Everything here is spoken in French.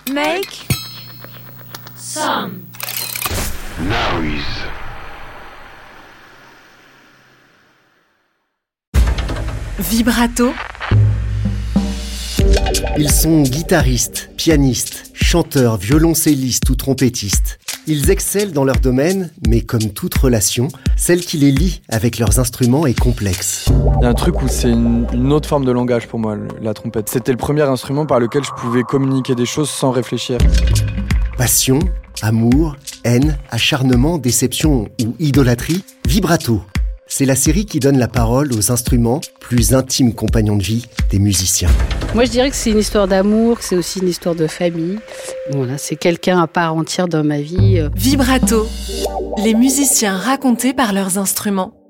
Make some noise. Vibrato. Ils sont guitaristes, pianistes, chanteurs, violoncellistes ou trompettistes. Ils excellent dans leur domaine, mais comme toute relation, celle qui les lie avec leurs instruments est complexe. Il y a un truc où c'est une autre forme de langage pour moi, la trompette. C'était le premier instrument par lequel je pouvais communiquer des choses sans réfléchir. Passion, amour, haine, acharnement, déception ou idolâtrie, Vibrato. C'est la série qui donne la parole aux instruments, plus intimes compagnons de vie des musiciens. Moi, je dirais que c'est une histoire d'amour, c'est aussi une histoire de famille. Voilà, c'est quelqu'un à part entière dans ma vie. Vibrato. Les musiciens racontés par leurs instruments.